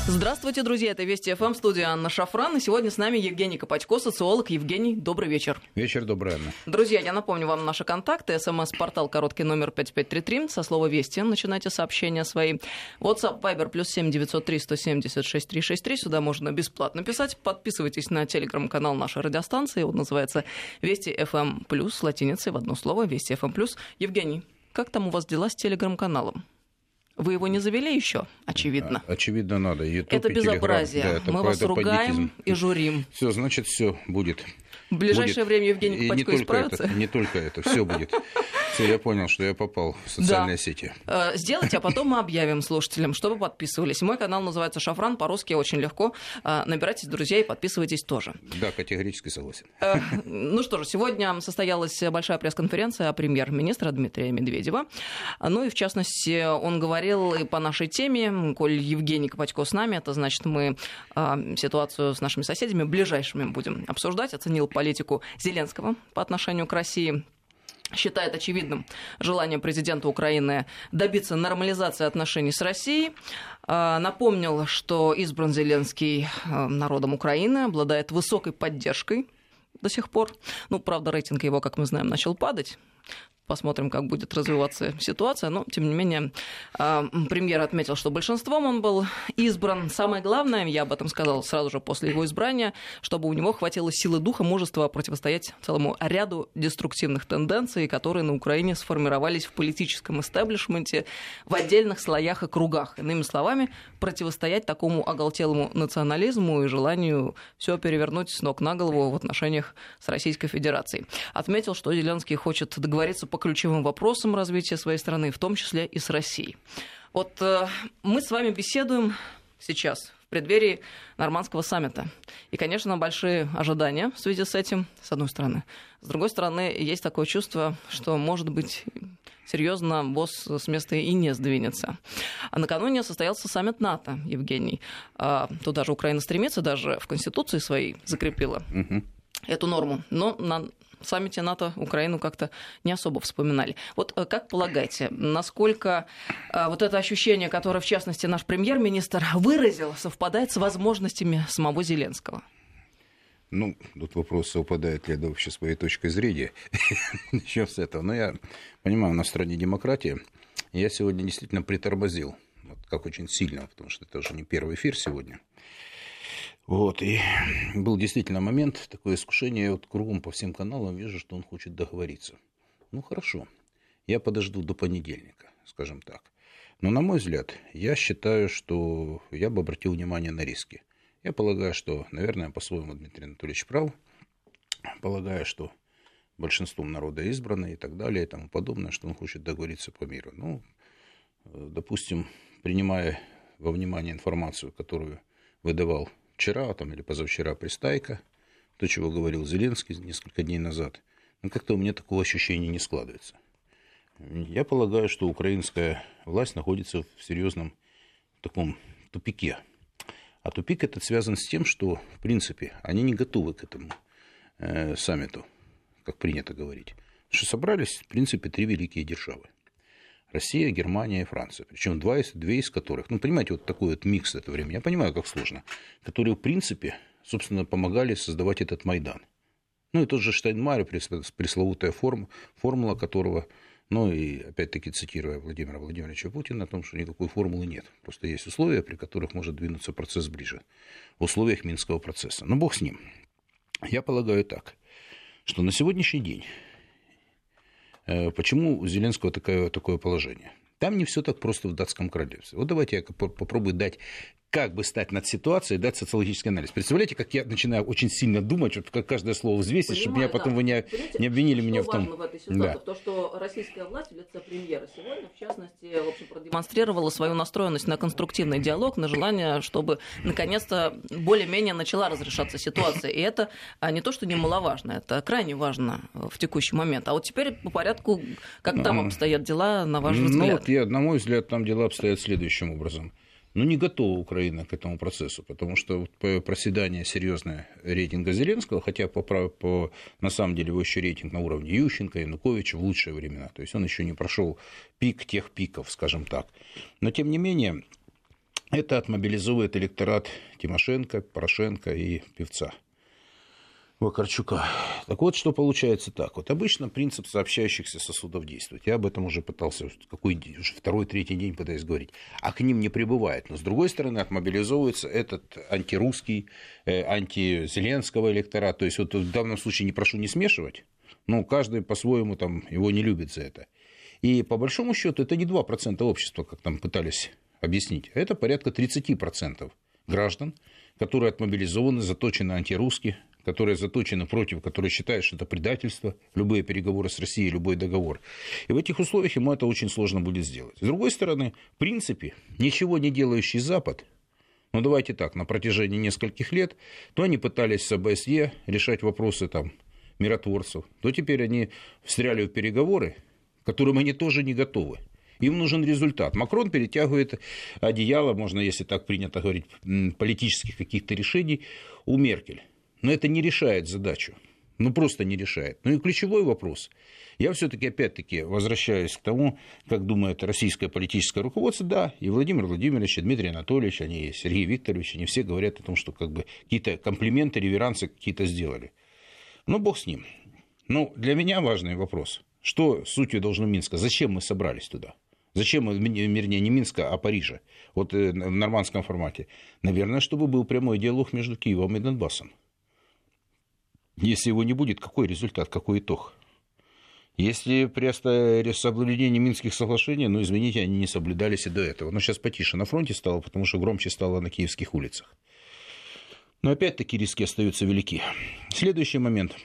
Здравствуйте, друзья, это Вести ФМ, студия Анна Шафран, и сегодня с нами Евгений Копатько, социолог. Евгений, добрый вечер. Вечер добрый, Анна. Друзья, я напомню вам наши контакты. СМС-портал короткий номер 5533, со слова «Вести» начинайте сообщения свои. WhatsApp, Viber, +7 903 170 6363, сюда можно бесплатно писать. Подписывайтесь на телеграм-канал нашей радиостанции, он называется Вести ФМ+, с латиницей в одно слово, Вести ФМ+. Евгений, как там у вас дела с телеграм-каналом? Вы его не завели еще, очевидно. Очевидно, надо. YouTube это безобразие. Да, мы вас ругаем и журим. Все, значит, все будет. В ближайшее время Евгений Копатько исправится? Не только это, все будет. Все, я понял, что я попал в социальные сети. Сделайте, а потом мы объявим слушателям, чтобы подписывались. Мой канал называется «Шафран», по-русски очень легко. Набирайтесь друзей и подписывайтесь тоже. Да, категорически согласен. Ну что же, сегодня состоялась большая пресс-конференция премьер-министра Дмитрия Медведева. Ну и, в частности, он говорил и по нашей теме. Коль Евгений Копатько с нами, это значит, мы ситуацию с нашими соседями ближайшими будем обсуждать. Оценил политику Зеленского по отношению к России. Считает очевидным желание президента Украины добиться нормализации отношений с Россией. Напомнил, что избран Зеленский народом Украины, обладает высокой поддержкой до сих пор. Ну, правда, рейтинг его, как мы знаем, начал падать. Посмотрим, как будет развиваться ситуация. Но, тем не менее, премьер отметил, что большинством он был избран. Самое главное, я об этом сказал сразу же после его избрания, чтобы у него хватило силы духа, мужества противостоять целому ряду деструктивных тенденций, которые на Украине сформировались в политическом истеблишменте в отдельных слоях и кругах. Иными словами, противостоять такому оголтелому национализму и желанию все перевернуть с ног на голову в отношениях с Российской Федерацией. Отметил, что Зеленский хочет договориться по ключевым вопросам развития своей страны, в том числе и с Россией. Вот мы с вами беседуем сейчас в преддверии Нормандского саммита. И, конечно, большие ожидания в связи с этим, с одной стороны. С другой стороны, есть такое чувство, что, может быть, серьезно босс с места и не сдвинется. А накануне состоялся саммит НАТО, Евгений. Туда же Украина стремится, даже в Конституции своей закрепила эту норму. Но на саммите НАТО Украину как-то не особо вспоминали. Вот как полагаете, насколько вот это ощущение, которое, в частности, наш премьер-министр выразил, совпадает с возможностями самого Зеленского? Ну, тут вопрос, совпадает ли это вообще с моей точкой зрения. Начнем с этого. Но я понимаю, на стороне демократии. Я сегодня действительно притормозил. Вот, как очень сильно, потому что это уже не первый эфир сегодня. Вот, и был действительно момент, такое искушение, я вот кругом по всем каналам вижу, что он хочет договориться. Ну, хорошо, я подожду до понедельника, скажем так. Но, на мой взгляд, я считаю, что я бы обратил внимание на риски. Я полагаю, что, наверное, по-своему Дмитрий Анатольевич прав, полагаю, что большинством народа избрано и так далее и тому подобное, что он хочет договориться по миру. Ну, допустим, принимая во внимание информацию, которую выдавал вчера там, или позавчера Пристайко, то, чего говорил Зеленский несколько дней назад, но как-то у меня такого ощущения не складывается. Я полагаю, что украинская власть находится в серьезном таком тупике. А тупик этот связан с тем, что, в принципе, они не готовы к этому саммиту, как принято говорить. Потому что собрались, в принципе, три великие державы. Россия, Германия и Франция. Причем две из которых, ну, понимаете, вот такой вот микс это время, я понимаю, как сложно, которые, в принципе, собственно, помогали создавать этот Майдан. Ну, и тот же Штайнмайер, пресловутая формула которого, ну, и опять-таки цитируя Владимира Владимировича Путина, о том, что никакой формулы нет. Просто есть условия, при которых может двинуться процесс ближе. В условиях Минского процесса. Но бог с ним. Я полагаю так, что на сегодняшний день почему у Зеленского такое положение? Там не все так просто в датском королевстве. Вот давайте я попробую дать, как бы стать над ситуацией, дать социологический анализ. Представляете, как я начинаю очень сильно думать, вот как каждое слово взвесить, чтобы меня потом вы не обвинили меня в том. Что важно в этой ситуации? То, что российская власть в лице премьера сегодня, в частности, в общем, продемонстрировала свою настроенность на конструктивный диалог, на желание, чтобы наконец-то более-менее начала разрешаться ситуация. И это не то, что немаловажно, это крайне важно в текущий момент. А вот теперь по порядку, как там обстоят дела, на ваш взгляд? На мой взгляд, там дела обстоят следующим образом. Ну, не готова Украина к этому процессу, потому что проседание серьезное рейтинга Зеленского, хотя на самом деле его еще рейтинг на уровне Ющенко, Януковича в лучшие времена, то есть он еще не прошел пик тех пиков, скажем так. Но, тем не менее, это отмобилизует электорат Тимошенко, Порошенко и певца Вакарчука. Так вот, что получается так. Вот обычно принцип сообщающихся сосудов действует. Я об этом уже пытался, уже второй, третий день пытаюсь говорить. А к ним не прибывает. Но, с другой стороны, отмобилизовывается этот антирусский, антизеленского электорат. То есть, вот в данном случае не прошу не смешивать, но каждый по-своему там его не любит за это. И по большому счету это не 2% общества, как там пытались объяснить, а это порядка 30% граждан, которые отмобилизованы, заточены антирусски, которые заточены против, которые считают, что это предательство, любые переговоры с Россией, любой договор. И в этих условиях ему это очень сложно будет сделать. С другой стороны, в принципе, ничего не делающий Запад, ну давайте так, на протяжении нескольких лет, то они пытались с ОБСЕ решать вопросы там, миротворцев, то теперь они встряли в переговоры, к которым они тоже не готовы. Им нужен результат. Макрон перетягивает одеяло, можно, если так принято говорить, политических каких-то решений у Меркель. Но это не решает задачу. Ну, просто не решает. Ну и ключевой вопрос. Я все-таки, опять-таки, возвращаюсь к тому, как думает российское политическое руководство. Да, и Владимир Владимирович, и Дмитрий Анатольевич, они, и Сергей Викторович, они все говорят о том, что как бы какие-то комплименты, реверансы какие-то сделали. Ну, бог с ним. Но для меня важный вопрос. Что сутью должно Минска? Зачем мы собрались туда? Зачем, вернее, не Минска, а Парижа? Вот в нормандском формате. Наверное, чтобы был прямой диалог между Киевом и Донбассом. Если его не будет, какой результат, какой итог? Если при соблюдении Минских соглашений, ну, извините, они не соблюдались и до этого. Но сейчас потише на фронте стало, потому что громче стало на киевских улицах. Но опять-таки риски остаются велики. Следующий момент.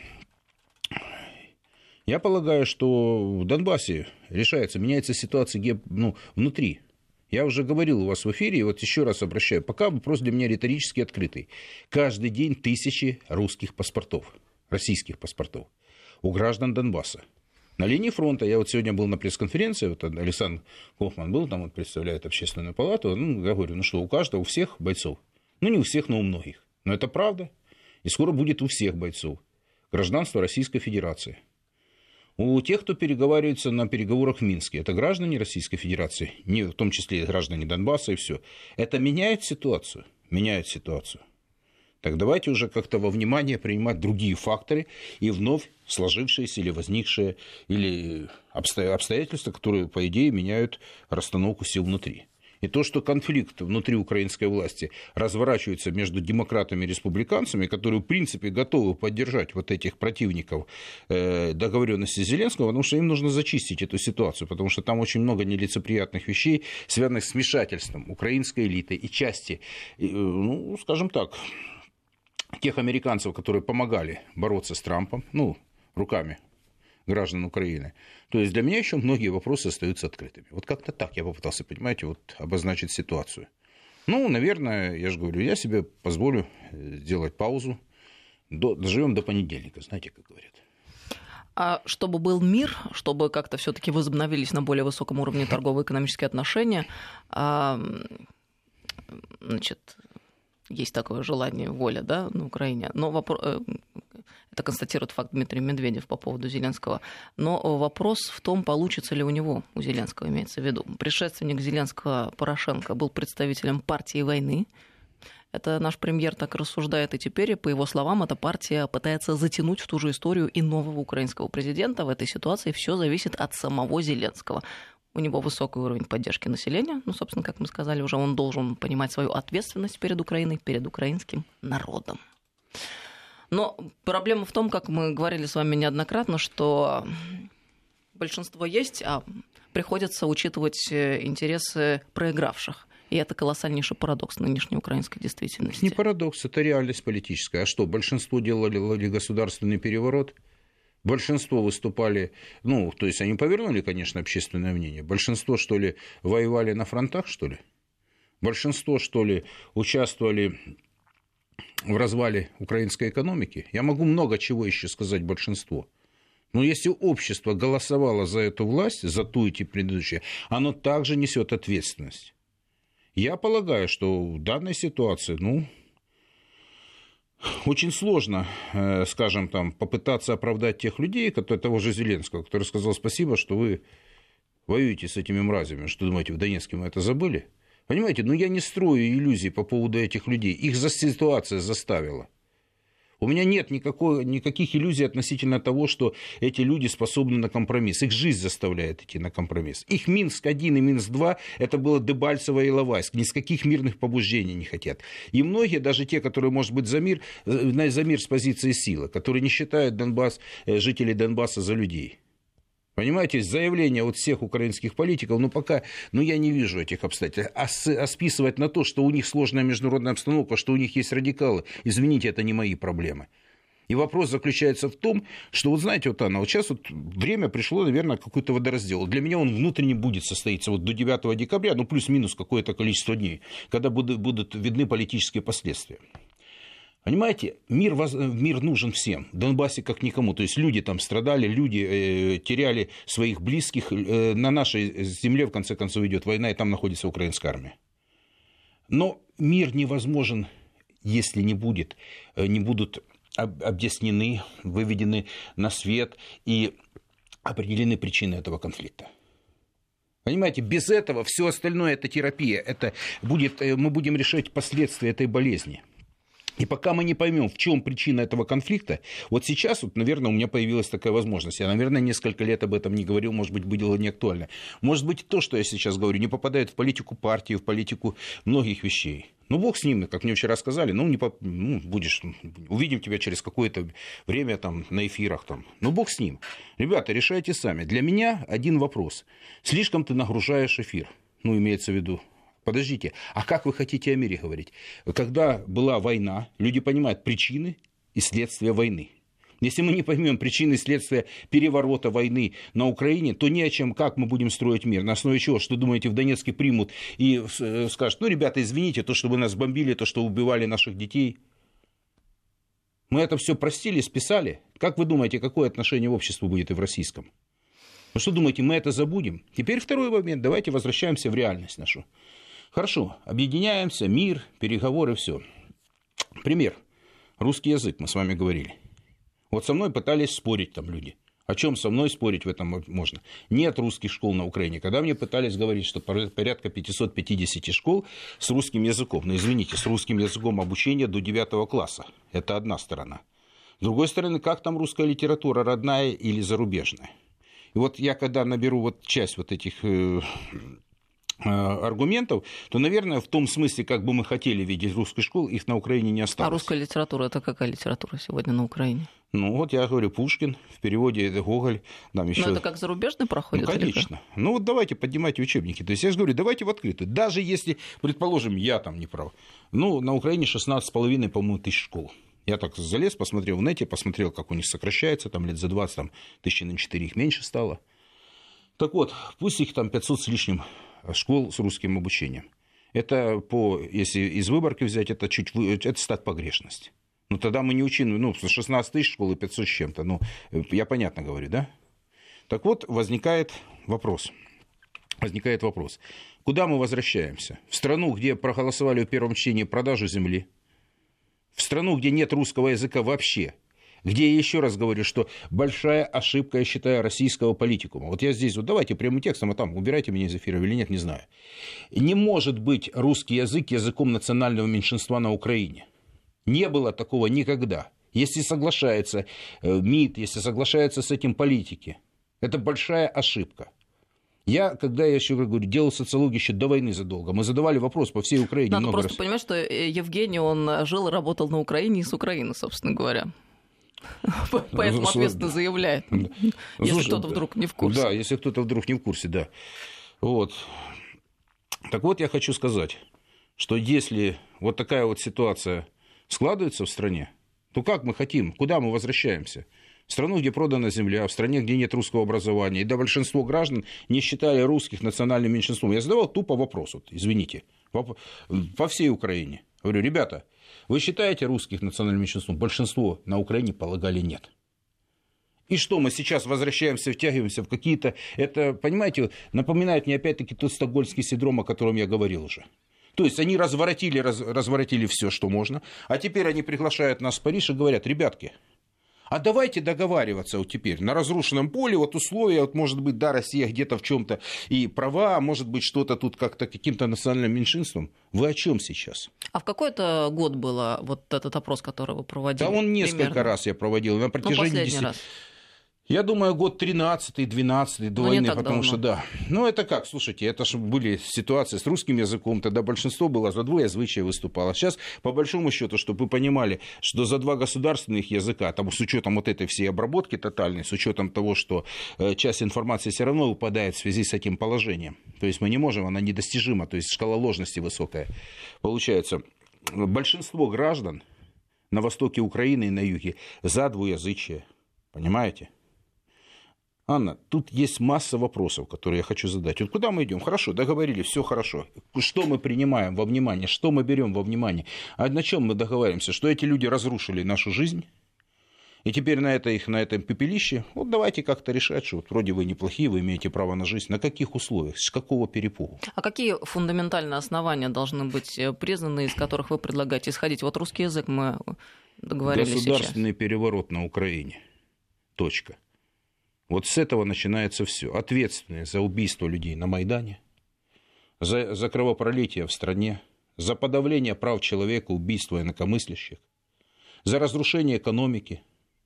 Я полагаю, что в Донбассе решается, меняется ситуация внутри. Я уже говорил у вас в эфире, и вот еще раз обращаю. Пока вопрос для меня риторически открытый. Каждый день тысячи русских паспортов, российских паспортов у граждан Донбасса. На линии фронта, я вот сегодня был на пресс-конференции, вот Александр Кофман был, там он представляет общественную палату, я говорю, что у каждого, у всех бойцов, не у всех, но у многих. Но это правда, и скоро будет у всех бойцов гражданство Российской Федерации. У тех, кто переговаривается на переговорах в Минске, это граждане Российской Федерации, в том числе и граждане Донбасса и все. Это меняет ситуацию? Меняет ситуацию. Так давайте уже как-то во внимание принимать другие факторы и вновь сложившиеся или возникшие или обстоятельства, которые, по идее, меняют расстановку сил внутри. И то, что конфликт внутри украинской власти разворачивается между демократами и республиканцами, которые, в принципе, готовы поддержать вот этих противников договоренности Зеленского, потому что им нужно зачистить эту ситуацию, потому что там очень много нелицеприятных вещей, связанных с вмешательством украинской элиты и части, скажем так, тех американцев, которые помогали бороться с Трампом, руками граждан Украины. То есть для меня еще многие вопросы остаются открытыми. Вот как-то так я попытался, понимаете, обозначить ситуацию. Наверное, я же говорю, я себе позволю сделать паузу. Доживем до понедельника, знаете, как говорят. А чтобы был мир, чтобы как-то все-таки возобновились на более высоком уровне торгово-экономические отношения, есть такое желание, воля, да, на Украине. Но это констатирует факт Дмитрий Медведев по поводу Зеленского. Но вопрос в том, получится ли у него, у Зеленского имеется в виду. Предшественник Зеленского, Порошенко, был представителем партии войны. Это наш премьер так рассуждает, и теперь, по его словам, эта партия пытается затянуть в ту же историю и нового украинского президента. В этой ситуации все зависит от самого Зеленского. У него высокий уровень поддержки населения. Собственно, как мы сказали уже, он должен понимать свою ответственность перед Украиной, перед украинским народом. Но проблема в том, как мы говорили с вами неоднократно, что большинство есть, а приходится учитывать интересы проигравших. И это колоссальнейший парадокс нынешней украинской действительности. Не парадокс, это реальность политическая. А что, большинство делали государственный переворот? Большинство выступали, то есть они повернули, конечно, общественное мнение. Большинство, что ли, воевали на фронтах, что ли? Большинство, что ли, участвовали в развале украинской экономики? Я могу много чего еще сказать большинство. Но если общество голосовало за эту власть, за ту и те предыдущие, оно также несет ответственность. Я полагаю, что в данной ситуации, очень сложно, скажем, попытаться оправдать тех людей, того же Зеленского, который сказал спасибо, что вы воюете с этими мразями. Что думаете, в Донецке мы это забыли? Понимаете, я не строю иллюзий по поводу этих людей. Их ситуация заставила. У меня нет никаких иллюзий относительно того, что эти люди способны на компромисс. Их жизнь заставляет идти на компромисс. Их Минск-1 и Минск-2 это было Дебальцево и Иловайск. Ни с каких мирных побуждений не хотят. И многие, даже те, которые, может быть, за мир с позиции силы, которые не считают жителей Донбасса за людей. Понимаете, заявления от всех украинских политиков, пока, я не вижу этих обстоятельств. А списывать на то, что у них сложная международная обстановка, что у них есть радикалы, извините, это не мои проблемы. И вопрос заключается в том, что, знаете, Анна, сейчас время пришло, наверное, к какой-то водораздел. Для меня он внутренне будет состоиться до 9 декабря, плюс-минус какое-то количество дней, когда будут видны политические последствия. Понимаете, мир нужен всем, в Донбассе как никому. То есть люди там страдали, люди теряли своих близких. На нашей земле, в конце концов, идет война, и там находится украинская армия. Но мир невозможен, если не будут объяснены, выведены на свет и определены причины этого конфликта. Понимаете, без этого все остальное – это терапия. Мы будем решать последствия этой болезни. И пока мы не поймем, в чем причина этого конфликта, сейчас, наверное, у меня появилась такая возможность. Я, наверное, несколько лет об этом не говорил, может быть, было не актуально. Может быть, то, что я сейчас говорю, не попадает в политику партии, в политику многих вещей. Бог с ним, как мне вчера сказали, увидим тебя через какое-то время там, на эфирах. Бог с ним. Ребята, решайте сами. Для меня один вопрос. Слишком ты нагружаешь эфир. Имеется в виду. Подождите, а как вы хотите о мире говорить? Когда была война, люди понимают причины и следствия войны. Если мы не поймем причины и следствия переворота войны на Украине, то ни о чем, как мы будем строить мир. На основе чего, что думаете, в Донецке примут и скажут, ребята, извините, то, что вы нас бомбили, то, что убивали наших детей. Мы это все простили, списали. Как вы думаете, какое отношение в обществе будет и в российском? Что думаете, мы это забудем? Теперь второй момент. Давайте возвращаемся в реальность нашу. Хорошо, объединяемся, мир, переговоры, все. Пример. Русский язык, мы с вами говорили. Со мной пытались спорить там люди. О чем со мной спорить в этом можно? Нет русских школ на Украине. Когда мне пытались говорить, что порядка 550 школ с русским языком. Извините, с русским языком обучения до 9 класса. Это одна сторона. С другой стороны, как там русская литература, родная или зарубежная? И я когда наберу часть этих аргументов, то, наверное, в том смысле, как бы мы хотели видеть русскую школу, их на Украине не осталось. А русская литература – это какая литература сегодня на Украине? Я говорю, Пушкин, в переводе это Гоголь. Еще... Но это как зарубежный проходит? Конечно. Давайте поднимайте учебники. То есть я же говорю, давайте в открытую. Даже если, предположим, я там не прав. На Украине 16,5, по-моему, тысяч школ. Я так залез, посмотрел в нете, посмотрел, как у них сокращается, лет за 20, 1004 их меньше стало. Так пусть их 500 с лишним школ с русским обучением. Это если из Выборгки взять, это стат погрешность. Тогда мы не учим, 16 тысяч школ и 500 с чем-то. Я понятно говорю, да? Так возникает вопрос. Куда мы возвращаемся? В страну, где проголосовали в первом чтении продажу земли? В страну, где нет русского языка вообще? Где я еще раз говорю, что большая ошибка, я считаю, российского политикума. Я здесь, давайте прямым текстом, а там убирайте меня из эфира или нет, не знаю. Не может быть русский язык языком национального меньшинства на Украине. Не было такого никогда. Если соглашается МИД, если соглашаются с этим политики, это большая ошибка. Когда я еще говорю, делал социологию еще до войны задолго, мы задавали вопрос по всей Украине. Надо просто понимать, что Евгений, он жил и работал на Украине и с Украины, собственно говоря. Поэтому ответственно заявляет, если кто-то вдруг не в курсе. Да, если кто-то вдруг не в курсе, да. Так я хочу сказать, что если такая ситуация складывается в стране, то как мы хотим, куда мы возвращаемся? В страну, где продана земля, в стране, где нет русского образования, и большинство граждан не считали русских национальным меньшинством. Я задавал тупо вопрос, извините, по всей Украине. Говорю, ребята, вы считаете русских национальным меньшинством? Большинство на Украине полагали нет. И что, мы сейчас возвращаемся, втягиваемся в какие-то... Это, понимаете, напоминает мне опять-таки тот стокгольмский синдром, о котором я говорил уже. То есть они разворотили все, что можно, а теперь они приглашают нас в Париж и говорят, ребятки, А давайте договариваться вот теперь на разрушенном поле, вот условия, вот может быть, да, Россия где-то в чем-то и права, а может быть, что-то тут как-то каким-то национальным меньшинством. Вы о чем сейчас? А в какой-то год был вот этот опрос, который вы проводили? Да он несколько раз я проводил, на протяжении 10... раз. Я думаю, год 13-12 до войны, потому давно. что да. Ну, это как, слушайте, это же были ситуации с русским языком, тогда большинство было за двуязычие выступало. Сейчас, по большому счету, чтобы вы понимали, что за два государственных языка, там, с учетом вот этой всей обработки тотальной, с учетом того, что часть информации все равно выпадает в связи с этим положением. То есть мы не можем, она недостижима, то есть шкала ложности высокая. Получается, большинство граждан на востоке Украины и на юге за двуязычие. Понимаете? Анна, тут есть масса вопросов, которые я хочу задать. Вот куда мы идем? Хорошо, договорились, все хорошо. Что мы принимаем во внимание, что мы берем во внимание? А на чем мы договариваемся? Что эти люди разрушили нашу жизнь? И теперь на этом пепелище, вот давайте как-то решать, что вот вроде вы неплохие, вы имеете право на жизнь. На каких условиях, с какого перепугу? А какие фундаментальные основания должны быть признаны, из которых вы предлагаете исходить? Вот русский язык мы договорились Государственный сейчас. переворот на Украине. Точка. Вот с этого начинается все. Ответственные за убийство людей на Майдане, за кровопролитие в стране, за подавление прав человека, убийство инакомыслящих, за разрушение экономики,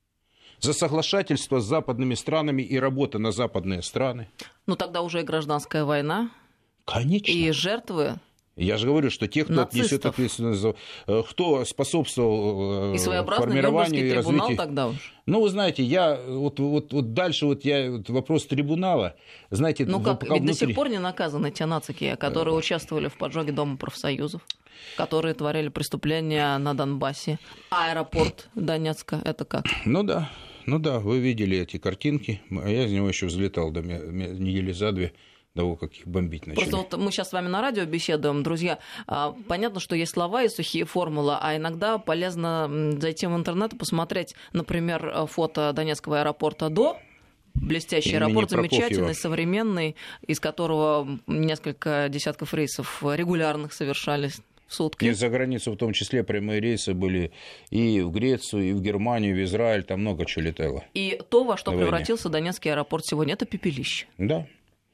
за соглашательство с западными странами и работа на западные страны. Ну тогда уже и гражданская война. Конечно. И жертвы. Я же говорю, что те, кто нацистов. несет ответственность, кто способствовал и формированию и трибунал развитию. Тогда уж. Ну, вы знаете, я вот дальше вопрос трибунала, знаете, ну как, ведь внутри... до сих пор не наказаны те нацики, которые участвовали в поджоге Дома профсоюзов, которые творили преступления на Донбассе. Аэропорт Донецка, это как? Ну да, вы видели эти картинки, а я из него еще взлетал недели за две. До того, как их бомбить начали. Просто вот мы сейчас с вами на радио беседуем, друзья. Понятно, что есть слова и сухие формулы, а иногда полезно зайти в интернет и посмотреть, например, фото Донецкого аэропорта до. Блестящий аэропорт, замечательный, современный, из которого несколько десятков рейсов регулярных совершались в сутки. И за границу в том числе прямые рейсы были и в Грецию, и в Германию, и в Израиль, там много чего летало. И то, во что превратился Донецкий аэропорт сегодня, это пепелище. Да.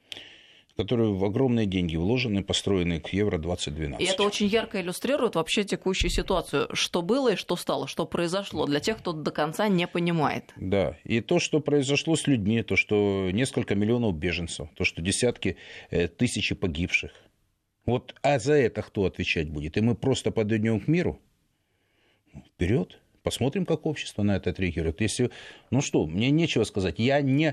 Которые в огромные деньги вложены, построены к Евро-2012. И это очень ярко иллюстрирует вообще текущую ситуацию. Что было и что стало, что произошло, для тех, кто до конца не понимает. Да, и то, что произошло с людьми, то, что несколько миллионов беженцев, то, что десятки тысяч погибших. Вот, а за это кто отвечать будет? И мы просто подойдем к миру? Вперед, посмотрим, как общество на это отреагирует. Если... Ну что, мне нечего сказать. Я не...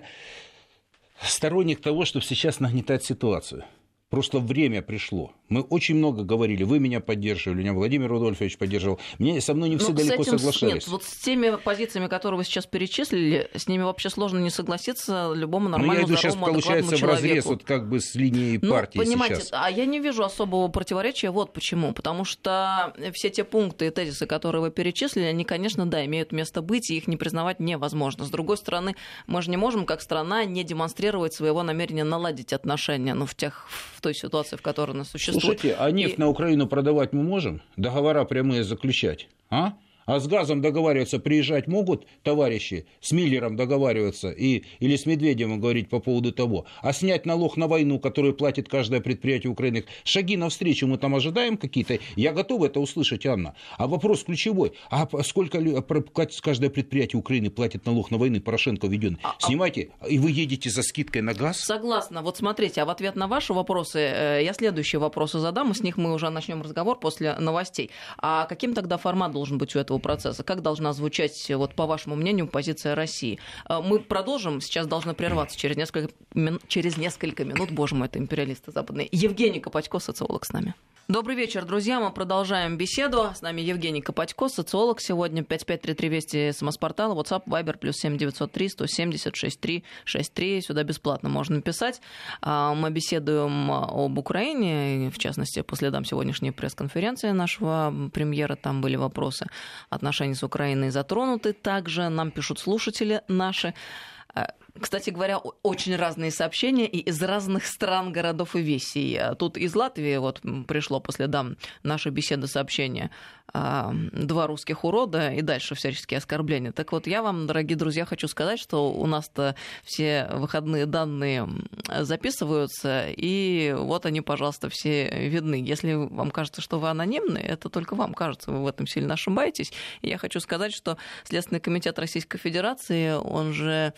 сторонник того, чтобы сейчас нагнетать ситуацию. Просто время пришло. Мы очень много говорили, вы меня поддерживали, меня Владимир Рудольфович поддерживал. Со мной не все далеко соглашались. Нет, вот с теми позициями, которые вы сейчас перечислили, с ними вообще сложно не согласиться любому нормальному, здоровому, адекватному человеку. Я иду сейчас, получается, вразрез вот как бы с линией партии понимаете, сейчас. А я не вижу особого противоречия. Вот почему. Потому что все те пункты и тезисы, которые вы перечислили, они, конечно, да, имеют место быть, и их не признавать невозможно. С другой стороны, мы же не можем, как страна, не демонстрировать своего намерения наладить отношения в той ситуации, в которой она существует. Слушайте, а нефть на Украину продавать мы можем? Договора прямые заключать? А с газом договариваться приезжать могут товарищи, с Миллером договариваться или с Медведевым говорить по поводу того, а снять налог на войну, который платит каждое предприятие Украины, шаги навстречу мы там ожидаем какие-то? Я готов это услышать, Анна. А вопрос ключевой, а сколько каждое предприятие Украины платит налог на войну, Порошенко введен? Снимайте, и вы едете за скидкой на газ? Согласна. Вот смотрите, а в ответ на ваши вопросы я следующие вопросы задам, и с них мы уже начнем разговор после новостей. А каким тогда формат должен быть у этого процесса? Как должна звучать, вот, по вашему мнению, позиция России? Мы продолжим, сейчас должны прерваться через несколько минут. Боже мой, это империалисты западные. Евгений Копатько, социолог, с нами. Добрый вечер, друзья. Мы продолжаем беседу. С нами Евгений Копатько, социолог. Сегодня 5533 Вести, СМС-портал, WhatsApp, Viber, +7 903 170 63 63. Сюда бесплатно можно писать. Мы беседуем об Украине, в частности, по следам сегодняшней пресс-конференции нашего премьера. Там были вопросы. Отношения с Украиной затронуты. Также нам пишут слушатели наши. Кстати говоря, очень разные сообщения и из разных стран, городов и весей. Тут из Латвии вот пришло по следам нашей беседы сообщение. два русских урода и дальше всяческие оскорбления. Так вот, я вам, дорогие друзья, хочу сказать, что у нас-то все выходные данные записываются, и вот они, пожалуйста, все видны. Если вам кажется, что вы анонимны, это только вам кажется, вы в этом сильно ошибаетесь. И я хочу сказать, что Следственный комитет Российской Федерации, он же,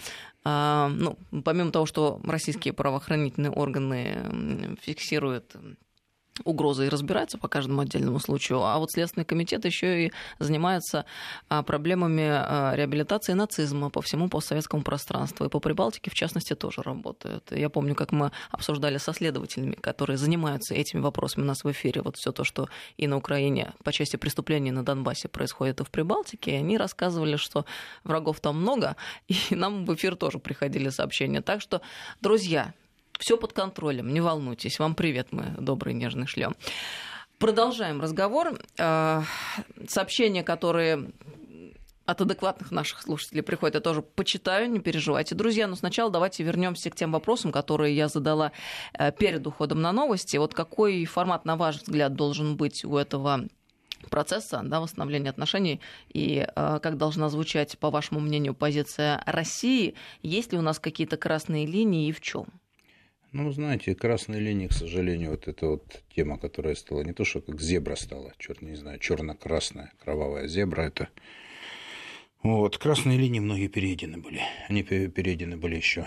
помимо того, что российские правоохранительные органы фиксируют угрозы и разбираются по каждому отдельному случаю, а вот Следственный комитет еще и занимается проблемами реабилитации нацизма по всему постсоветскому пространству. И по Прибалтике, в частности, тоже работают. Я помню, как мы обсуждали со следователями, которые занимаются этими вопросами у нас в эфире, вот все то, что и на Украине по части преступлений на Донбассе происходит и в Прибалтике, и они рассказывали, что врагов там много, и нам в эфир тоже приходили сообщения. Так что, друзья, все под контролем, не волнуйтесь. Вам привет, мы добрый, нежный шлем. Продолжаем разговор. Сообщения, которые от адекватных наших слушателей приходят, я тоже почитаю, не переживайте. Друзья, но сначала давайте вернемся к тем вопросам, которые я задала перед уходом на новости. Вот какой формат, на ваш взгляд, должен быть у этого процесса, восстановления отношений, и как должна звучать, по вашему мнению, позиция России? Есть ли у нас какие-то красные линии и в чем? Знаете, красные линии, к сожалению, вот эта вот тема, которая стала не то, что как зебра стала, черно-красная, кровавая зебра, это вот красные линии многие переедены были. Они переедены были еще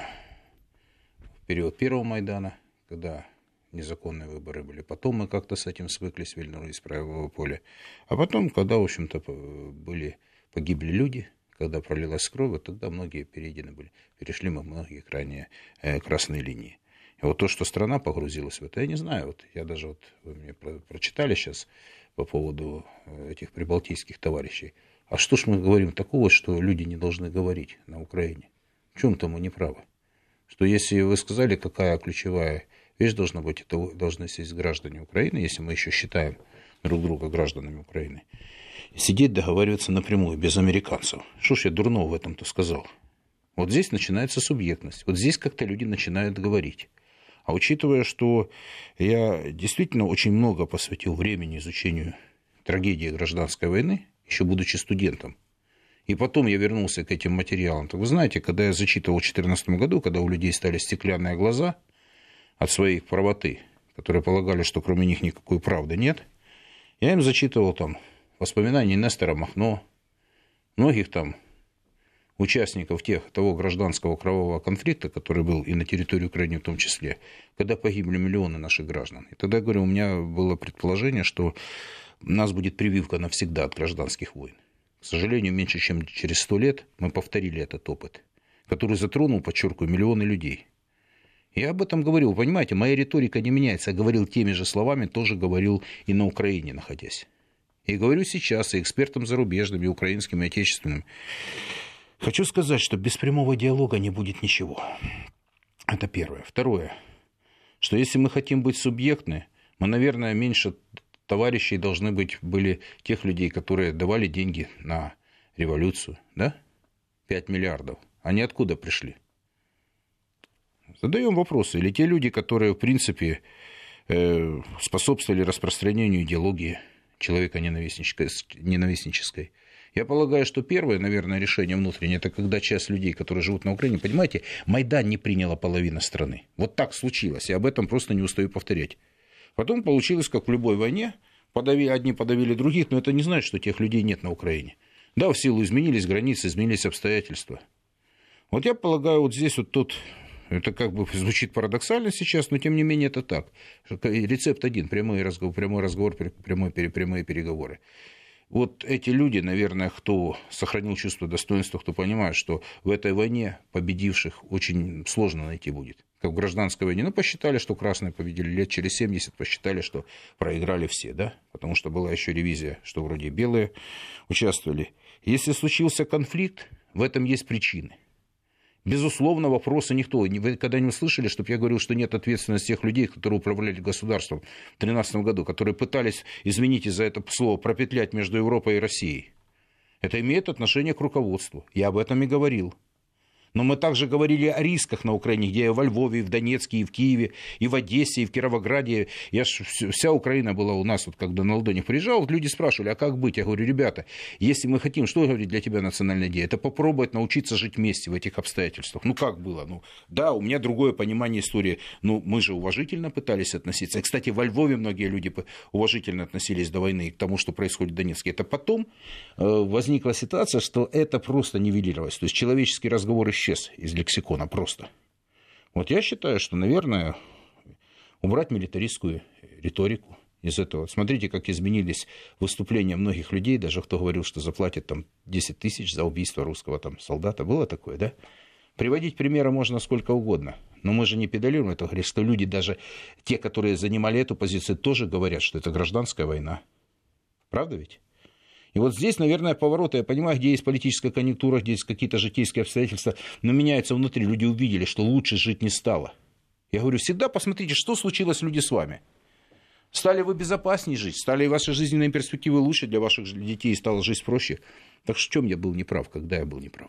в период первого Майдана, когда незаконные выборы были. Потом мы как-то с этим свыклись, вернулись из правового поля. А потом, когда, в общем-то, погибли люди, когда пролилась кровь, вот тогда многие переедены были. Перешли мы многие крайне красные линии. И вот то, что страна погрузилась в это, я не знаю. Вот я даже, вы мне прочитали сейчас по поводу этих прибалтийских товарищей. А что ж мы говорим такого, что люди не должны говорить на Украине? В чем-то мы не правы. Что если вы сказали, какая ключевая вещь должна быть, это должны сесть граждане Украины, если мы еще считаем друг друга гражданами Украины, сидеть, договариваться напрямую, без американцев. Что ж я дурного в этом-то сказал? Вот здесь начинается субъектность. Вот здесь как-то люди начинают говорить. А учитывая, что я действительно очень много посвятил времени изучению трагедии гражданской войны, еще будучи студентом, и потом я вернулся к этим материалам, так вы знаете, когда я зачитывал в 2014 году, когда у людей стали стеклянные глаза от своей правоты, которые полагали, что кроме них никакой правды нет, я им зачитывал там воспоминания Нестора Махно, многих там участников того гражданского кровавого конфликта, который был и на территории Украины в том числе, когда погибли миллионы наших граждан. И тогда, говорю, у меня было предположение, что у нас будет прививка навсегда от гражданских войн. К сожалению, меньше чем через 100 лет мы повторили этот опыт, который затронул, подчеркиваю, миллионы людей. Я об этом говорил, понимаете, моя риторика не меняется. Я говорил теми же словами, тоже говорил и на Украине, находясь. И говорю сейчас и экспертам зарубежным, и украинским, и отечественным. Хочу сказать, что без прямого диалога не будет ничего. Это первое. Второе, что если мы хотим быть субъектны, мы, наверное, меньше товарищей должны были тех людей, которые давали деньги на революцию, да? 5 миллиардов. Они откуда пришли? Задаем вопросы. Или те люди, которые, в принципе, способствовали распространению идеологии человека ненавистнической. Я полагаю, что первое, наверное, решение внутреннее, это когда часть людей, которые живут на Украине, понимаете, Майдан не приняла половина страны. Вот так случилось, я об этом просто не устаю повторять. Потом получилось, как в любой войне, одни подавили других, но это не значит, что тех людей нет на Украине. Да, в силу изменились границы, изменились обстоятельства. Вот я полагаю, вот здесь вот это как бы звучит парадоксально сейчас, но тем не менее это так. Рецепт один, прямой разговор, прямые переговоры. Вот эти люди, наверное, кто сохранил чувство достоинства, кто понимает, что в этой войне победивших очень сложно найти будет. Как в гражданской войне. Посчитали, что красные победили лет через 70, посчитали, что проиграли все, да? Потому что была еще ревизия, что вроде белые участвовали. Если случился конфликт, в этом есть причины. Безусловно, вопроса никто. Вы когда-нибудь слышали, чтобы я говорил, что нет ответственности тех людей, которые управляли государством в 2013 году, которые пытались, извините за это слово, пропетлять между Европой и Россией? Это имеет отношение к руководству. Я об этом и говорил. Но мы также говорили о рисках на Украине, где я во Львове, и в Донецке, и в Киеве, и в Одессе, и в Кировограде. Вся Украина была у нас, вот, когда на ладонях приезжал, вот люди спрашивали, а как быть? Я говорю, ребята, если мы хотим, что говорит для тебя национальная идея? Это попробовать научиться жить вместе в этих обстоятельствах. Ну, как было? Ну, да, у меня другое понимание истории. Ну, мы же уважительно пытались относиться. И, кстати, во Львове многие люди уважительно относились до войны к тому, что происходит в Донецке. Это потом возникла ситуация, что это просто нивелировалось. То есть человеческий разговор исчез из лексикона просто. Вот я считаю, что, наверное, убрать милитаристскую риторику из этого. Смотрите, как изменились выступления многих людей, даже кто говорил, что заплатит там 10 тысяч за убийство русского там солдата. Было такое, да? Приводить примеры можно сколько угодно. Но мы же не педалируем это, говорит, что люди, даже те, которые занимали эту позицию, тоже говорят, что это гражданская война. Правда ведь? И вот здесь, наверное, повороты. Я понимаю, где есть политическая конъюнктура, где есть какие-то житейские обстоятельства, но меняются внутри. Люди увидели, что лучше жить не стало. Я говорю, всегда посмотрите, что случилось, люди, с вами. Стали вы безопаснее жить, стали ваши жизненные перспективы лучше для ваших детей, стала жизнь проще. Так что в чем я был неправ, когда я был неправ?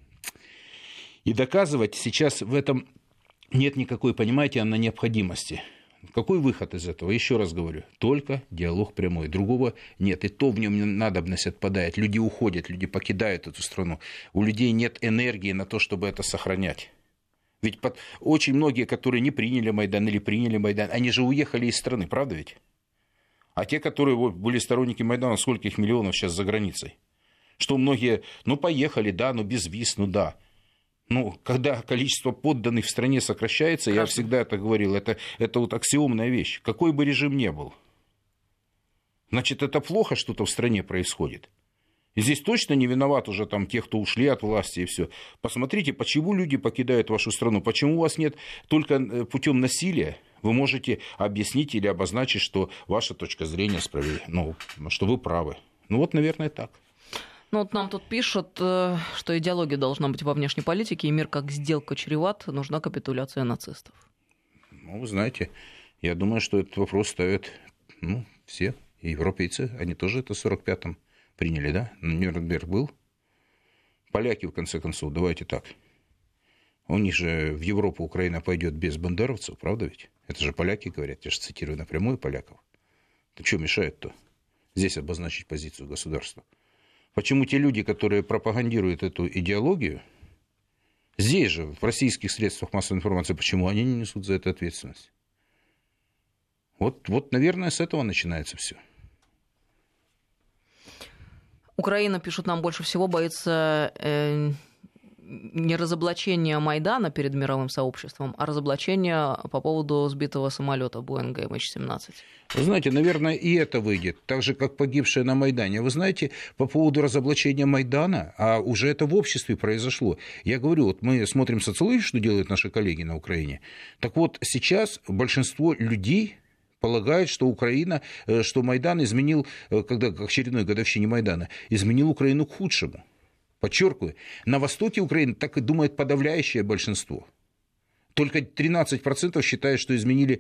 И доказывать сейчас в этом нет никакой, понимаете, необходимости. Какой выход из этого? Еще раз говорю, только диалог прямой. Другого нет. И то в нем надобность отпадает. Люди уходят, люди покидают эту страну. У людей нет энергии на то, чтобы это сохранять. Ведь очень многие, которые не приняли Майдан или приняли Майдан, они же уехали из страны, правда ведь? А те, которые были сторонники Майдана, сколько их миллионов сейчас за границей? Что многие, поехали, да, без виз, да. Когда количество подданных в стране сокращается, я всегда это говорил, это вот аксиомная вещь. Какой бы режим ни был. Значит, это плохо что-то в стране происходит. И здесь точно не виноват уже там те, кто ушли от власти и все. Посмотрите, почему люди покидают вашу страну, почему у вас нет только путем насилия. Вы можете объяснить или обозначить, что ваша точка зрения справедлива, что вы правы. Вот, наверное, так. Нам тут пишут, что идеология должна быть во внешней политике, и мир как сделка чреват, нужна капитуляция нацистов. Вы знаете, я думаю, что этот вопрос ставят все европейцы. Они тоже это в 1945-м приняли, да? Нюрнберг был. Поляки, в конце концов, давайте так. У них же в Европу Украина пойдет без бандеровцев, правда ведь? Это же поляки говорят, я же цитирую напрямую поляков. То что мешает-то здесь обозначить позицию государства? Почему те люди, которые пропагандируют эту идеологию, здесь же, в российских средствах массовой информации, почему они не несут за это ответственность? Вот, наверное, с этого начинается все. Украина, пишут нам, больше всего боится не разоблачения Майдана перед мировым сообществом, а разоблачения по поводу сбитого самолета Боинга MH17. Вы знаете, наверное, и это выйдет, так же, как погибшие на Майдане. Вы знаете, по поводу разоблачения Майдана, а уже это в обществе произошло. Я говорю, вот мы смотрим социологию, что делают наши коллеги на Украине. Так вот, сейчас большинство людей полагают, что Украина, что Майдан изменил, когда к очередной годовщине Майдана, изменил Украину к худшему. Подчеркиваю, на востоке Украины так и думает подавляющее большинство. Только 13% считают, что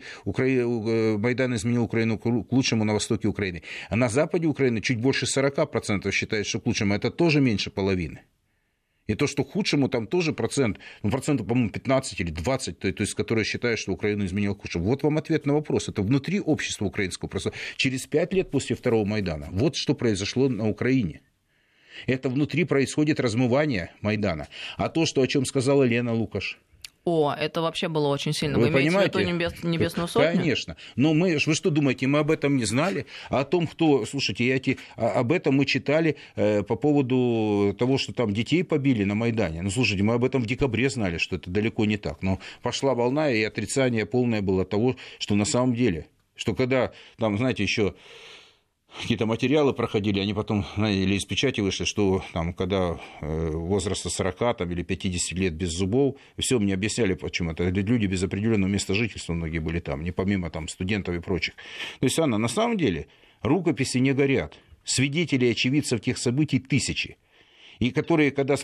Майдан изменил Украину к лучшему на востоке Украины. А на западе Украины чуть больше 40% считают, что к лучшему. Это тоже меньше половины. И то, что к худшему, там тоже процентов, по-моему, 15 или 20, то есть, которые считают, что Украину изменил к худшему. Вот вам ответ на вопрос. Это внутри общества украинского. Просто через 5 лет после второго Майдана. Вот что произошло на Украине. Это внутри происходит размывание Майдана. А то, о чем сказала Лена Лукаш. Это вообще было очень сильно. Вы имеете в виду Небесную сотню? Конечно. Но вы что думаете, мы об этом не знали? А о том, слушайте, об этом мы читали по поводу того, что там детей побили на Майдане. Слушайте, мы об этом в декабре знали, что это далеко не так. Но пошла волна, и отрицание полное было того, что на самом деле, что когда там, знаете, еще какие-то материалы проходили, они потом или из печати вышли, что там, когда возраста 40 или 50 лет без зубов, все мне объясняли, почему это люди без определенного места жительства многие были там, не помимо там студентов и прочих. То есть, Анна, на самом деле рукописи не горят. Свидетелей, очевидцев тех событий тысячи. И которые, когда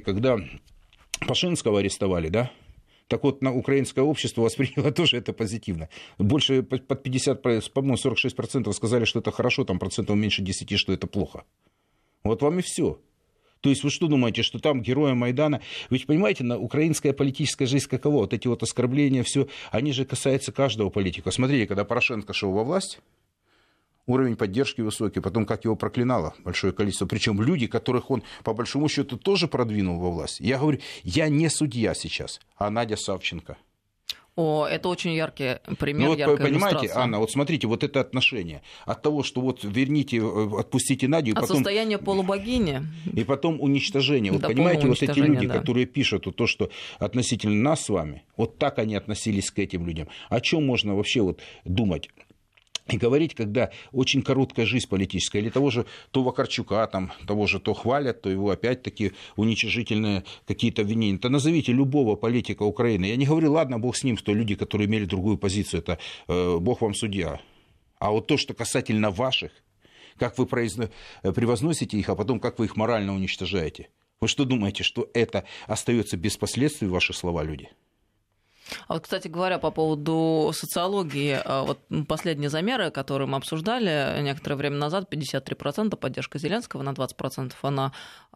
Пашинского арестовали, да, так вот, украинское общество восприняло тоже это позитивно. Больше под 50, по-моему, 46% сказали, что это хорошо, там процентов меньше 10, что это плохо. Вот вам и все. То есть вы что думаете, что там герои Майдана... Вы же понимаете, украинская политическая жизнь какова? Вот эти вот оскорбления, все, они же касаются каждого политика. Смотрите, когда Порошенко шел во власть, уровень поддержки высокий, потом как его проклинало большое количество. Причем люди, которых он, по большому счету, тоже продвинул во власть. Я говорю, я не судья сейчас, а Надя Савченко. О, это очень яркий пример, вот, яркая понимаете, иллюстрация. Анна, вот смотрите, вот это отношение от того, что вот верните, отпустите Надю, и от потом... состояния полубогини. И потом уничтожение. Вот до понимаете, вот эти люди, да. которые пишут вот то, что относительно нас с вами, вот так они относились к этим людям. О чем можно вообще вот думать? И говорить, когда очень короткая жизнь политическая, или того же то Вакарчука, там, того же то хвалят, то его опять-таки уничижительные какие-то обвинения. То назовите любого политика Украины. Я не говорю, ладно, бог с ним, что люди, которые имели другую позицию, это бог вам судья. А вот то, что касательно ваших, как вы превозносите их, а потом как вы их морально уничтожаете. Вы что думаете, что это остается без последствий, ваши слова, люди? А вот, кстати говоря, по поводу социологии, вот последние замеры, которые мы обсуждали некоторое время назад, 53% поддержка Зеленского, на 20% она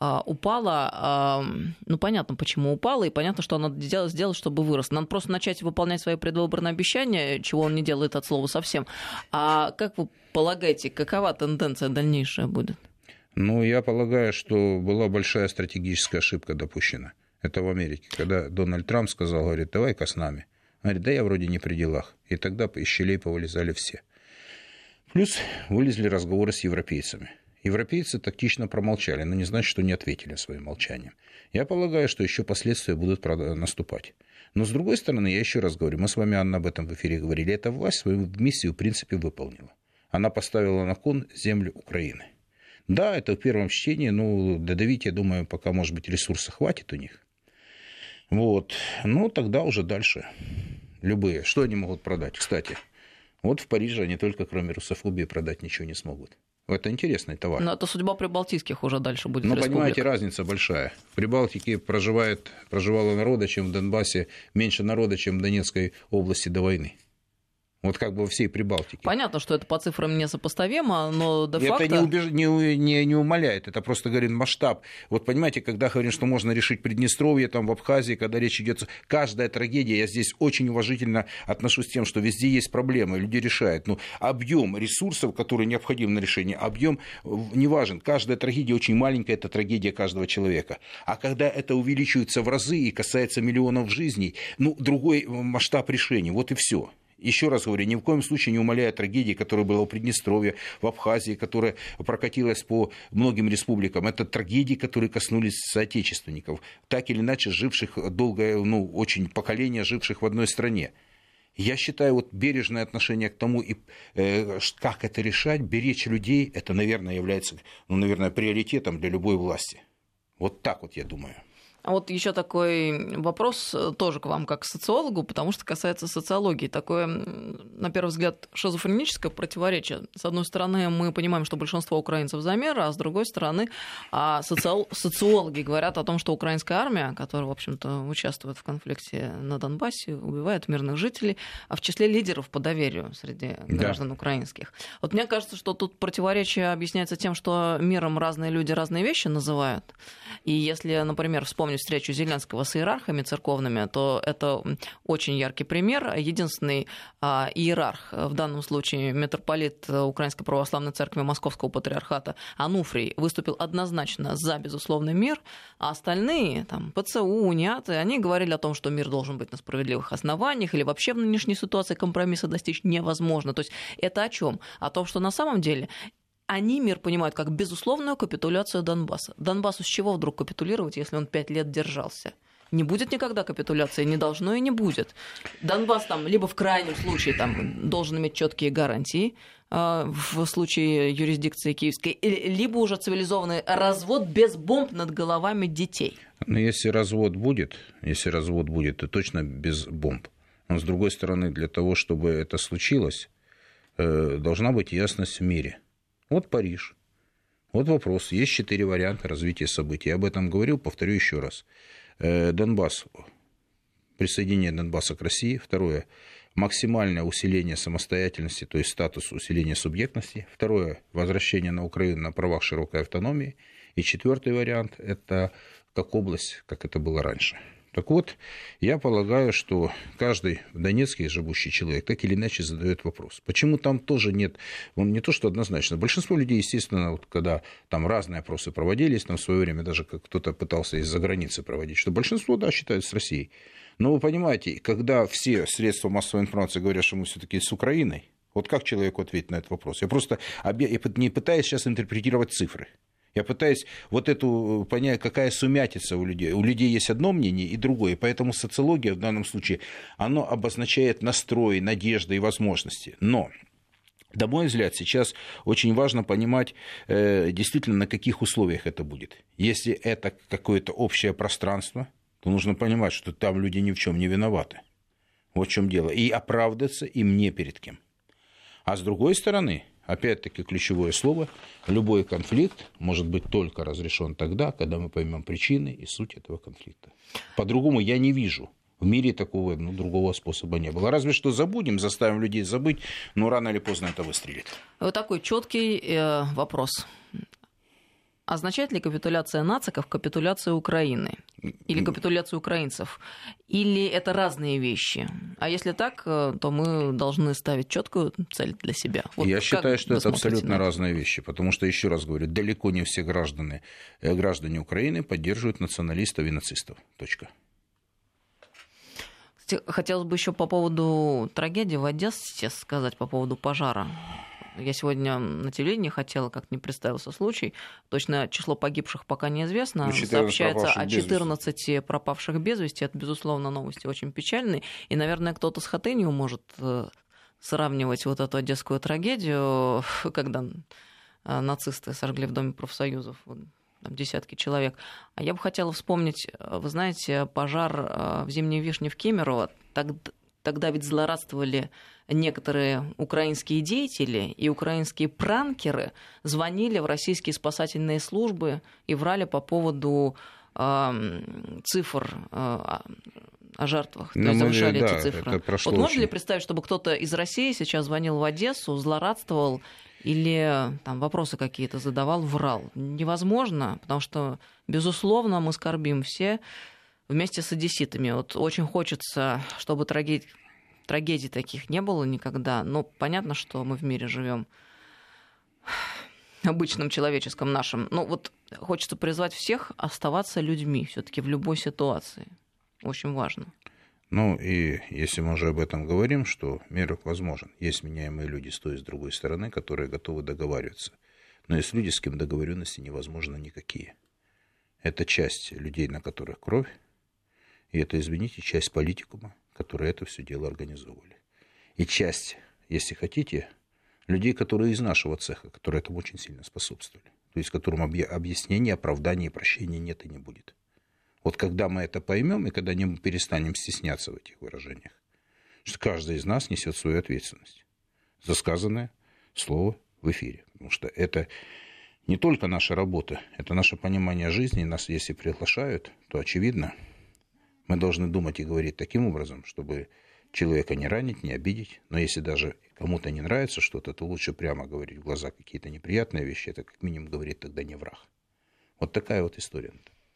упала. Ну, понятно, почему упала, и понятно, что она сделать, чтобы вырос. Надо просто начать выполнять свои предвыборные обещания, чего он не делает от слова совсем. А как вы полагаете, какова тенденция дальнейшая будет? Ну, я полагаю, что была большая стратегическая ошибка допущена. Это в Америке, когда Дональд Трамп сказал, говорит, давай-ка с нами. Он говорит, да я вроде не при делах. И тогда из щелей повылезали все. Плюс вылезли разговоры с европейцами. Европейцы тактично промолчали, но не значит, что не ответили своим молчанием. Я полагаю, что еще последствия будут наступать. Но, с другой стороны, я еще раз говорю, мы с вами, Анна, об этом в эфире говорили, эта власть свою миссию, в принципе, выполнила. Она поставила на кон землю Украины. Да, это в первом чтении, но додавить, я думаю, пока, может быть, ресурса хватит у них. Вот. Ну, тогда уже дальше. Любые. Что они могут продать? Кстати, вот в Париже они только кроме русофобии продать ничего не смогут. Это интересный товар. Но это судьба прибалтийских уже дальше будет. Но понимаете, разница большая. В Прибалтике проживало народа, чем в Донбассе, меньше народа, чем в Донецкой области до войны. Вот как бы во всей Прибалтике. Понятно, что это по цифрам несопоставимо, но де-факто... Это не умаляет, это просто говорит масштаб. Вот понимаете, когда говорим, что можно решить Приднестровье, там в Абхазии, когда речь идет... Каждая трагедия, я здесь очень уважительно отношусь к тем, что везде есть проблемы, люди решают. Но объем ресурсов, которые необходимы на решение, объем не важен. Каждая трагедия очень маленькая, это трагедия каждого человека. А когда это увеличивается в разы и касается миллионов жизней, ну, другой масштаб решений, вот и все. Еще раз говорю, ни в коем случае не умаляя трагедии, которая была в Приднестровье, в Абхазии, которая прокатилась по многим республикам. Это трагедии, которые коснулись соотечественников, так или иначе живших долгое, очень поколение, живших в одной стране. Я считаю, вот бережное отношение к тому, и как это решать, беречь людей, это, наверное, является, приоритетом для любой власти. Вот так вот я думаю. А вот еще такой вопрос тоже к вам как к социологу, потому что касается социологии. Такое, на первый взгляд, шизофреническое противоречие. С одной стороны, мы понимаем, что большинство украинцев за мир, а с другой стороны, социологи говорят о том, что украинская армия, которая, в общем-то, участвует в конфликте на Донбассе, убивает мирных жителей, а в числе лидеров по доверию среди граждан украинских. Вот мне кажется, что тут противоречие объясняется тем, что миром разные люди разные вещи называют. И если, например, вспомнить встречу Зеленского с иерархами церковными, то это очень яркий пример. Единственный иерарх, в данном случае митрополит Украинской Православной Церкви Московского Патриархата Ануфрий, выступил однозначно за безусловный мир, а остальные, там, ПЦУ, униаты, они говорили о том, что мир должен быть на справедливых основаниях, или вообще в нынешней ситуации компромисса достичь невозможно. То есть это о чем? О том, что на самом деле они мир понимают как безусловную капитуляцию Донбасса. Донбассу с чего вдруг капитулировать, если он 5 лет держался? Не будет никогда капитуляции, не должно и не будет. Донбасс там либо в крайнем случае там, должен иметь четкие гарантии в случае юрисдикции киевской, либо уже цивилизованный развод без бомб над головами детей. Но если развод будет, то точно без бомб. Но с другой стороны, для того, чтобы это случилось, должна быть ясность в мире. Вот Париж. Вот вопрос. Есть 4 варианта развития событий. Я об этом говорил, повторю еще раз. Донбасс. Присоединение Донбасса к России. Второе. Максимальное усиление самостоятельности, то есть статус усиления субъектности. Второе. Возвращение на Украину на правах широкой автономии. И четвертый вариант – это как область, как это было раньше. Так вот, я полагаю, что каждый в Донецке живущий человек так или иначе задает вопрос. Почему там тоже нет, он не то что однозначно. Большинство людей, естественно, вот, когда там разные опросы проводились, там в свое время даже как кто-то пытался из-за границы проводить, что большинство, да, считают с Россией. Но вы понимаете, когда все средства массовой информации говорят, что мы все-таки с Украиной, вот как человеку ответить на этот вопрос? Я просто не пытаюсь сейчас интерпретировать цифры. Я пытаюсь вот эту понять, какая сумятица у людей. У людей есть одно мнение и другое. Поэтому социология в данном случае, она обозначает настрой, надежды и возможности. Но, на мой взгляд, сейчас очень важно понимать действительно, на каких условиях это будет. Если это какое-то общее пространство, то нужно понимать, что там люди ни в чем не виноваты. Вот в чем дело. И оправдаться им не перед кем. А с другой стороны, опять-таки ключевое слово, любой конфликт может быть только разрешен тогда, когда мы поймем причины и суть этого конфликта. По-другому я не вижу. В мире такого другого способа не было. Разве что забудем, заставим людей забыть, но рано или поздно это выстрелит. Вот такой четкий вопрос. Означает ли капитуляция нациков капитуляцию Украины? Или капитуляцию украинцев? Или это разные вещи? А если так, то мы должны ставить четкую цель для себя. Вот я считаю, что это абсолютно разные вещи, потому что, еще раз говорю, далеко не все граждане Украины поддерживают националистов и нацистов. Точка. Хотелось бы еще по поводу трагедии в Одессе сказать, по поводу пожара. Я сегодня на телевидении хотела, как не представился случай, точно число погибших пока неизвестно. Сообщается о 14 пропавших без вести. Это, безусловно, новости очень печальные. И, наверное, кто-то с Хатынью может сравнивать вот эту одесскую трагедию, когда нацисты сожгли в Доме профсоюзов там десятки человек. А я бы хотела вспомнить, вы знаете, пожар в Зимней Вишне в Кемерово. Тогда ведь злорадствовали некоторые украинские деятели, и украинские пранкеры звонили в российские спасательные службы и врали по поводу цифр о жертвах. То есть завышали эти цифры. Вот можно ли представить, чтобы кто-то из России сейчас звонил в Одессу, злорадствовал или там вопросы какие-то задавал, врал? Невозможно, потому что, безусловно, мы скорбим все вместе с одесситами. Вот очень хочется, чтобы трагедий таких не было никогда. Но понятно, что мы в мире живем обычном человеческом нашем. Но вот хочется призвать всех оставаться людьми все-таки в любой ситуации. Очень важно. Ну и если мы уже об этом говорим, что мир возможен. Есть меняемые люди с той и с другой стороны, которые готовы договариваться. Но есть люди, с кем договоренности невозможно никакие. Это часть людей, на которых кровь. И это, извините, часть политикума, которые это все дело организовывали. И часть, если хотите, людей, которые из нашего цеха, которые этому очень сильно способствовали. То есть, которым объяснения, оправдания и прощения нет и не будет. Вот когда мы это поймем, и когда не перестанем стесняться в этих выражениях, что каждый из нас несет свою ответственность за сказанное слово в эфире. Потому что это не только наша работа, это наше понимание жизни. Нас, если приглашают, то, очевидно, мы должны думать и говорить таким образом, чтобы человека не ранить, не обидеть. Но если даже кому-то не нравится что-то, то лучше прямо говорить в глаза какие-то неприятные вещи. Это как минимум говорит тогда не враг. Вот такая вот история.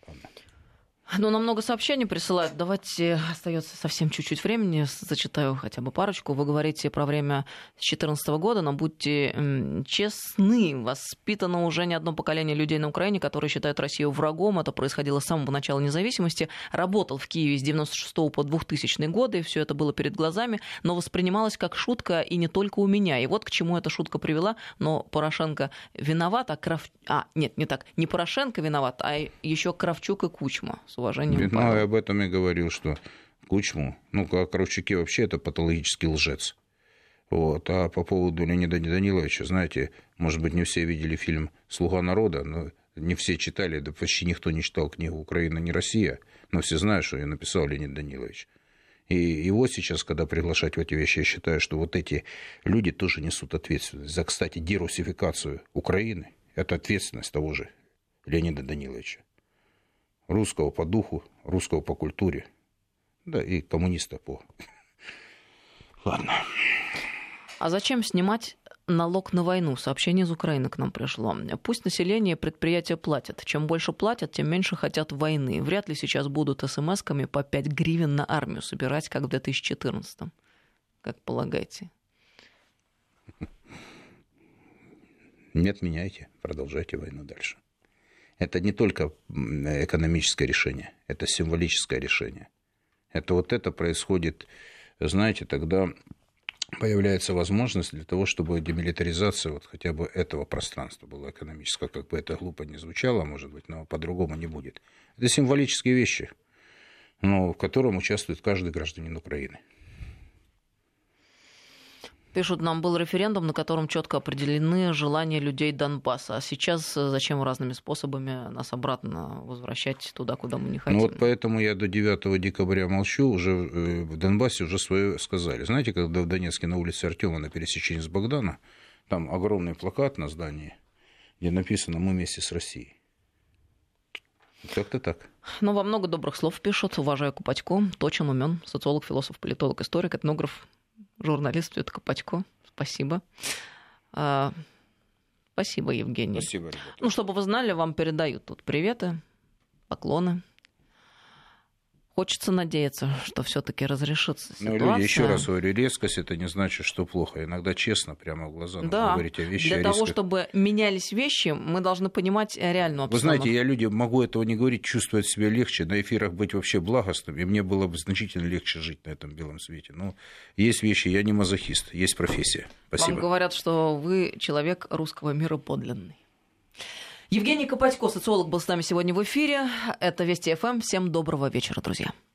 Ну, нам много сообщений присылают. Давайте, остается совсем чуть-чуть времени, зачитаю хотя бы парочку. Вы говорите про время с 2014 года, но будьте честны, воспитано уже не одно поколение людей на Украине, которые считают Россию врагом. Это происходило с самого начала независимости. Работал в Киеве с 96 по 2000 годы, и все это было перед глазами, но воспринималось как шутка, и не только у меня. И вот к чему эта шутка привела. Но Порошенко виноват, не Порошенко виноват, а еще Кравчук и Кучма. С уважением, Павел. Я об этом и говорил, что Кучму, о Кравчуке вообще это патологический лжец. Вот. А по поводу Леонида Даниловича, знаете, может быть, не все видели фильм «Слуга народа», но не все читали, да почти никто не читал книгу «Украина не Россия», но все знают, что ее написал Леонид Данилович. И его сейчас, когда приглашать в эти вещи, я считаю, что вот эти люди тоже несут ответственность за, кстати, дерусификацию Украины. Это ответственность того же Леонида Даниловича. Русского по духу, русского по культуре, да и коммуниста по... Ладно. А зачем снимать налог на войну. Сообщение из Украины к нам пришло. Пусть население и предприятия платят. Чем больше платят, тем меньше хотят войны. Вряд ли сейчас будут смс-ками по 5 гривен на армию собирать, как в 2014-м. Как полагаете? Нет, меняйте, продолжайте войну дальше. Это не только экономическое решение, это символическое решение. Это происходит, знаете, тогда появляется возможность для того, чтобы демилитаризация вот хотя бы этого пространства была экономическая, как бы это глупо не звучало, может быть, но по-другому не будет. Это символические вещи, но в котором участвует каждый гражданин Украины. Пишут, нам был референдум, на котором четко определены желания людей Донбасса. А сейчас зачем разными способами нас обратно возвращать туда, куда мы не хотим? Ну вот поэтому я до 9 декабря молчу. Уже в Донбассе уже свое сказали. Знаете, когда в Донецке на улице Артема на пересечении с Богдана, там огромный плакат на здании, где написано «Мы вместе с Россией». Как-то так. Ну, во много добрых слов пишут. Уважаю Копатько, точен, умен, социолог, философ, политолог, историк, этнограф, журналист Света Копатько. Спасибо. Спасибо, Евгений. Спасибо, ребята. Ну, чтобы вы знали, вам передают тут приветы, поклоны. Хочется надеяться, что все-таки разрешится ситуация. Ну, люди, еще раз говорю, резкость это не значит, что плохо. Иногда честно, прямо в глаза надо говорить о вещи. Для того, чтобы менялись вещи, мы должны понимать реальную обстановку. Вы знаете, я людям могу этого не говорить, чувствовать себя легче, на эфирах быть вообще благостным, и мне было бы значительно легче жить на этом белом свете. Но есть вещи, я не мазохист, есть профессия. Спасибо. Вам говорят, что вы человек русского мира подлинный. Евгений Копатько, социолог, был с нами сегодня в эфире. Это Вести ФМ. Всем доброго вечера, друзья.